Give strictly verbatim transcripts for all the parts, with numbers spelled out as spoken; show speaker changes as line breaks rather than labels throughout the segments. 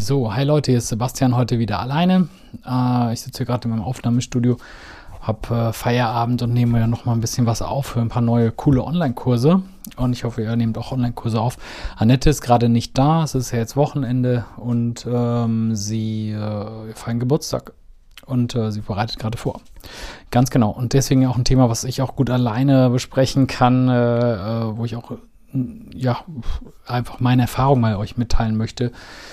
So, hi Leute, hier ist Sebastian heute wieder alleine. Äh, ich sitze hier gerade in meinem Aufnahmestudio, habe äh, Feierabend und nehme ja noch mal ein bisschen was auf für ein paar neue coole Online-Kurse. Und ich hoffe, ihr nehmt auch Online-Kurse auf. Annette ist gerade nicht da, es ist ja jetzt Wochenende und ähm, sie äh, feiern Geburtstag und äh, sie bereitet gerade vor. Ganz genau. Und deswegen auch ein Thema, was ich auch gut alleine besprechen kann, äh, äh, wo ich auch ja einfach meine Erfahrung mal euch mitteilen möchte.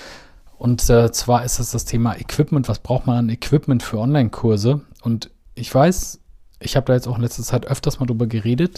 Und äh, zwar ist es das Thema Equipment. Was braucht man an Equipment für Online-Kurse? Und ich weiß, ich habe da jetzt auch in letzter Zeit öfters mal drüber geredet.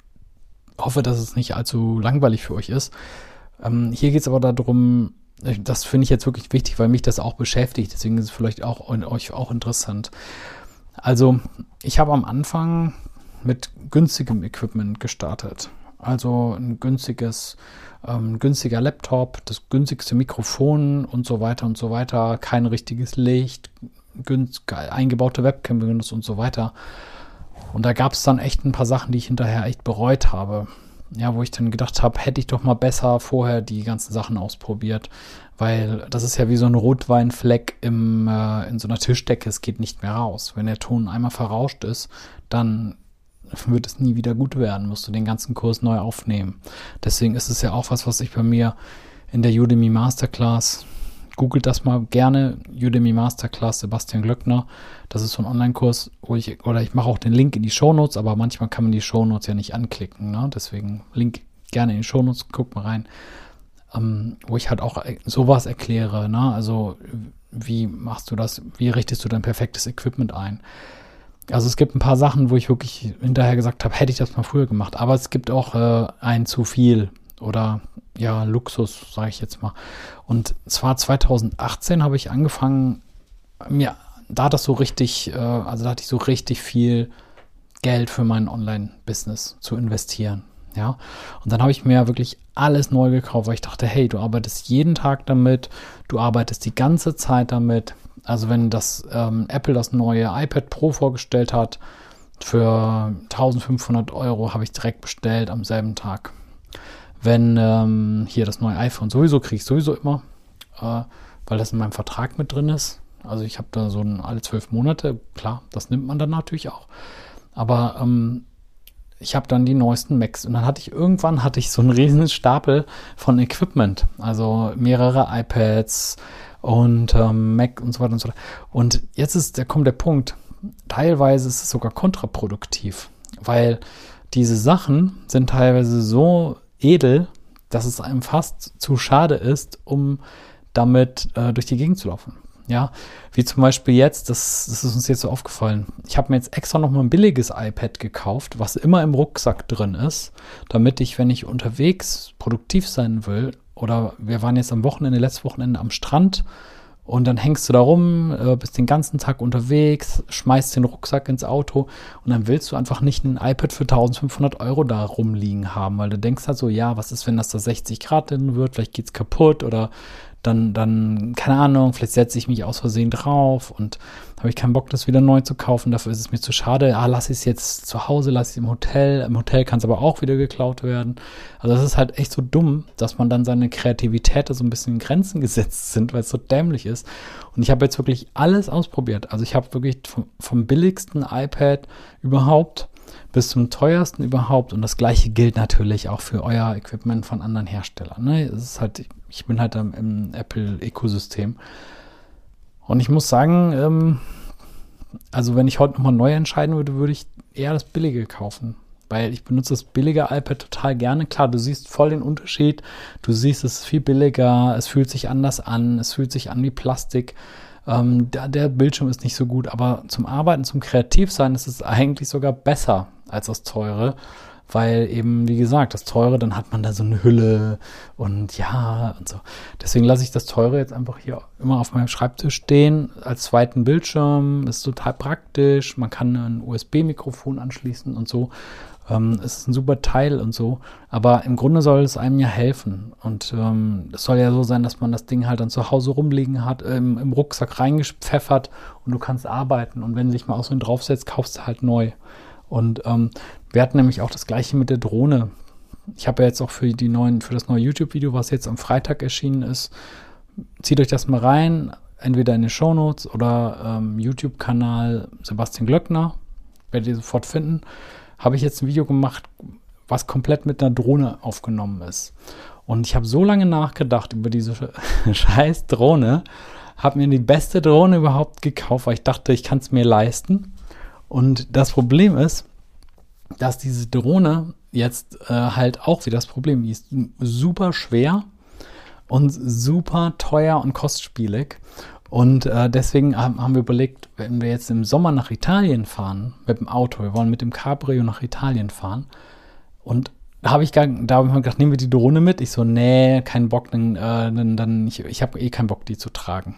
Hoffe, dass es nicht allzu langweilig für euch ist. Ähm, hier geht es aber darum, das finde ich jetzt wirklich wichtig, weil mich das auch beschäftigt. Deswegen ist es vielleicht auch euch auch interessant. Also, ich habe am Anfang mit günstigem Equipment gestartet. Also ein günstiges, ähm, günstiger Laptop, das günstigste Mikrofon und so weiter und so weiter, kein richtiges Licht, günstig, eingebaute Webcam benutzt und so weiter. Und da gab es dann echt ein paar Sachen, die ich hinterher echt bereut habe. Ja, wo ich dann gedacht habe, hätte ich doch mal besser vorher die ganzen Sachen ausprobiert. Weil das ist ja wie so ein Rotweinfleck im, äh, in so einer Tischdecke, es geht nicht mehr raus. Wenn der Ton einmal verrauscht ist, dann wird es nie wieder gut werden, musst du den ganzen Kurs neu aufnehmen. Deswegen ist es ja auch was, was ich bei mir in der Udemy Masterclass, googelt das mal gerne, Udemy Masterclass Sebastian Glöckner, das ist so ein Online-Kurs, wo ich, oder ich mache auch den Link in die Shownotes, aber manchmal kann man die Shownotes ja nicht anklicken, ne? Deswegen Link gerne in die Shownotes, guck mal rein, ähm, wo ich halt auch sowas erkläre, ne? Also wie machst du das, wie richtest du dein perfektes Equipment ein? Also es gibt ein paar Sachen, wo ich wirklich hinterher gesagt habe, hätte ich das mal früher gemacht. Aber es gibt auch äh, ein zu viel oder ja Luxus, sage ich jetzt mal. Und zwar zwanzig achtzehn habe ich angefangen, mir da das so richtig, äh, also da hatte ich so richtig viel Geld für mein Online-Business zu investieren. Ja, und dann habe ich mir wirklich alles neu gekauft, weil ich dachte, hey, du arbeitest jeden Tag damit, du arbeitest die ganze Zeit damit. Also wenn das ähm, Apple das neue iPad Pro vorgestellt hat, für eintausendfünfhundert Euro habe ich direkt bestellt am selben Tag. Wenn ähm, hier das neue iPhone sowieso, kriege ich sowieso immer, äh, weil das in meinem Vertrag mit drin ist. Also ich habe da so ein alle zwölf Monate, klar, das nimmt man dann natürlich auch. Aber ähm, ich habe dann die neuesten Macs und dann hatte ich irgendwann hatte ich so einen riesen Stapel von Equipment, also mehrere iPads und ähm, Mac und so weiter und so weiter. Und jetzt ist, da kommt der Punkt, teilweise ist es sogar kontraproduktiv, weil diese Sachen sind teilweise so edel, dass es einem fast zu schade ist, um damit äh, durch die Gegend zu laufen. Ja, wie zum Beispiel jetzt, das, das ist uns jetzt so aufgefallen. Ich habe mir jetzt extra noch mal ein billiges iPad gekauft, was immer im Rucksack drin ist, damit ich, wenn ich unterwegs produktiv sein will, oder wir waren jetzt am Wochenende, letztes Wochenende am Strand und dann hängst du da rum, äh, bist den ganzen Tag unterwegs, schmeißt den Rucksack ins Auto und dann willst du einfach nicht ein iPad für eintausendfünfhundert Euro da rumliegen haben, weil du denkst halt so, ja, was ist, wenn das da sechzig Grad drin wird, vielleicht geht's kaputt oder Dann, dann, keine Ahnung, vielleicht setze ich mich aus Versehen drauf und habe ich keinen Bock, das wieder neu zu kaufen. Dafür ist es mir zu schade. Ah, lass ich es jetzt zu Hause, lass ich es im Hotel. Im Hotel kann es aber auch wieder geklaut werden. Also das ist halt echt so dumm, dass man dann seine Kreativität da so ein bisschen in Grenzen gesetzt sind, weil es so dämlich ist. Und ich habe jetzt wirklich alles ausprobiert. Also ich habe wirklich vom, vom billigsten iPad überhaupt bis zum teuersten überhaupt. Und das Gleiche gilt natürlich auch für euer Equipment von anderen Herstellern. Ne? Es ist halt, ich bin halt im, im Apple-Ökosystem. Und ich muss sagen, ähm, also wenn ich heute nochmal neu entscheiden würde, würde ich eher das Billige kaufen. Weil ich benutze das billige iPad total gerne. Klar, du siehst voll den Unterschied. Du siehst, es ist viel billiger. Es fühlt sich anders an. Es fühlt sich an wie Plastik. Ähm, der, der Bildschirm ist nicht so gut. Aber zum Arbeiten, zum Kreativsein ist es eigentlich sogar besser als das teure, weil eben, wie gesagt, das teure, dann hat man da so eine Hülle und ja und so. Deswegen lasse ich das teure jetzt einfach hier immer auf meinem Schreibtisch stehen, als zweiten Bildschirm, ist total praktisch, man kann ein U S B-Mikrofon anschließen und so. Ähm, es ist ein super Teil und so, aber im Grunde soll es einem ja helfen und ähm, es soll ja so sein, dass man das Ding halt dann zu Hause rumliegen hat, ähm, im Rucksack reingepfeffert und du kannst arbeiten und wenn du dich mal auch so draufsetzt, kaufst du halt neu. Und ähm, wir hatten nämlich auch das Gleiche mit der Drohne. Ich habe ja jetzt auch für die neuen, für das neue YouTube-Video, was jetzt am Freitag erschienen ist, zieht euch das mal rein, entweder in den Shownotes oder ähm, YouTube-Kanal Sebastian Glöckner, werdet ihr sofort finden. Habe ich jetzt ein Video gemacht, was komplett mit einer Drohne aufgenommen ist. Und ich habe so lange nachgedacht über diese scheiß Drohne, habe mir die beste Drohne überhaupt gekauft, weil ich dachte, ich kann es mir leisten. Und das Problem ist, dass diese Drohne jetzt äh, halt auch wie das Problem, die ist super schwer und super teuer und kostspielig. Und äh, deswegen haben, haben wir überlegt, wenn wir jetzt im Sommer nach Italien fahren mit dem Auto, wir wollen mit dem Cabrio nach Italien fahren. Und da habe ich gar, da habe ich mir gedacht, nehmen wir die Drohne mit. Ich so, nee, kein Bock, dann, äh, dann, dann ich, ich habe eh keinen Bock, die zu tragen.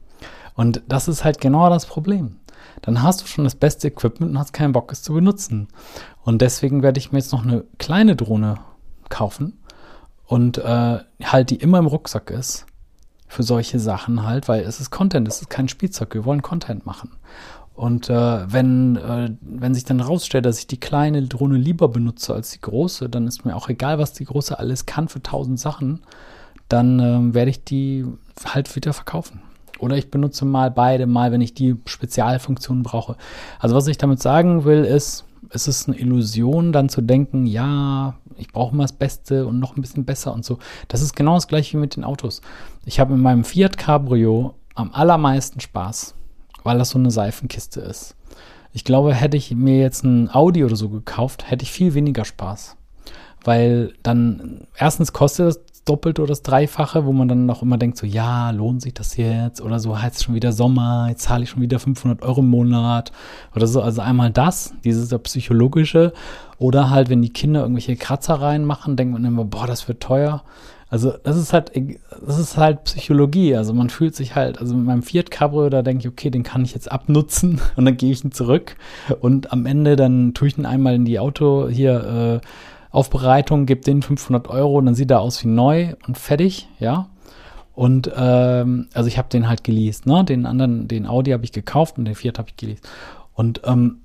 Und das ist halt genau das Problem. Dann hast du schon das beste Equipment und hast keinen Bock, es zu benutzen. Und deswegen werde ich mir jetzt noch eine kleine Drohne kaufen und äh, halt die immer im Rucksack ist für solche Sachen halt, weil es ist Content, es ist kein Spielzeug, wir wollen Content machen. Und äh, wenn, äh, wenn sich dann rausstellt, dass ich die kleine Drohne lieber benutze als die große, dann ist mir auch egal, was die große alles kann für tausend Sachen, dann äh, werde ich die halt wieder verkaufen. Oder ich benutze mal beide, mal, wenn ich die Spezialfunktionen brauche. Also was ich damit sagen will, ist, es ist eine Illusion, dann zu denken, ja, ich brauche mal das Beste und noch ein bisschen besser und so. Das ist genau das gleiche wie mit den Autos. Ich habe in meinem Fiat Cabrio am allermeisten Spaß, weil das so eine Seifenkiste ist. Ich glaube, hätte ich mir jetzt ein Audi oder so gekauft, hätte ich viel weniger Spaß. Weil dann, erstens kostet das Doppelte oder das Dreifache, wo man dann auch immer denkt, so, ja, lohnt sich das jetzt? Oder so, jetzt schon wieder Sommer, jetzt zahle ich schon wieder fünfhundert Euro im Monat oder so. Also einmal das, dieses psychologische. Oder halt, wenn die Kinder irgendwelche Kratzer reinmachen, denkt man immer, boah, das wird teuer. Also das ist halt, das ist halt Psychologie. Also man fühlt sich halt, also mit meinem Fiat Cabrio, da denke ich, okay, den kann ich jetzt abnutzen und dann gebe ich ihn zurück. Und am Ende dann tue ich ihn einmal in die Auto hier, äh, Aufbereitung, gebe den fünfhundert Euro und dann sieht er aus wie neu und fertig, ja. Und ähm, also ich habe den halt geleast, ne? Den anderen, den Audi habe ich gekauft und den Fiat habe ich geleast. Und ähm,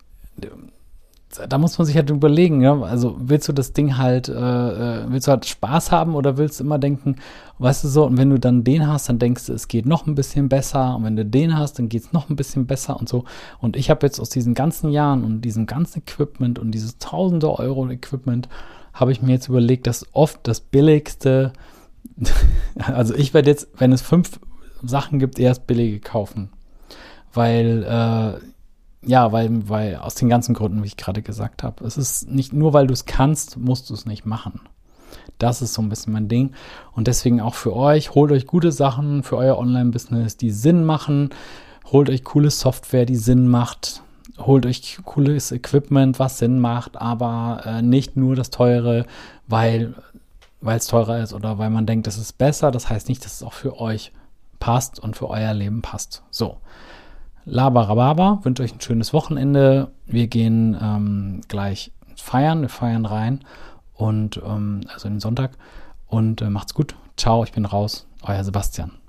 da muss man sich halt überlegen, ja, also willst du das Ding halt, äh, willst du halt Spaß haben oder willst du immer denken, weißt du so, und wenn du dann den hast, dann denkst du, es geht noch ein bisschen besser und wenn du den hast, dann geht es noch ein bisschen besser und so. Und ich habe jetzt aus diesen ganzen Jahren und diesem ganzen Equipment und dieses tausende Euro Equipment, habe ich mir jetzt überlegt, dass oft das billigste, also ich werde jetzt, wenn es fünf Sachen gibt, erst billige kaufen, weil, äh, Ja, weil, weil aus den ganzen Gründen, wie ich gerade gesagt habe. Es ist nicht nur, weil du es kannst, musst du es nicht machen. Das ist so ein bisschen mein Ding. Und deswegen auch für euch, holt euch gute Sachen für euer Online-Business, die Sinn machen. Holt euch coole Software, die Sinn macht. Holt euch cooles Equipment, was Sinn macht, aber äh, nicht nur das Teure, weil weil es teurer ist oder weil man denkt, es ist besser. Das heißt nicht, dass es auch für euch passt und für euer Leben passt. So. Labarababa, wünsche euch ein schönes Wochenende. Wir gehen ähm, gleich feiern, wir feiern rein und ähm, also den Sonntag und äh, macht's gut. Ciao, ich bin raus, euer Sebastian.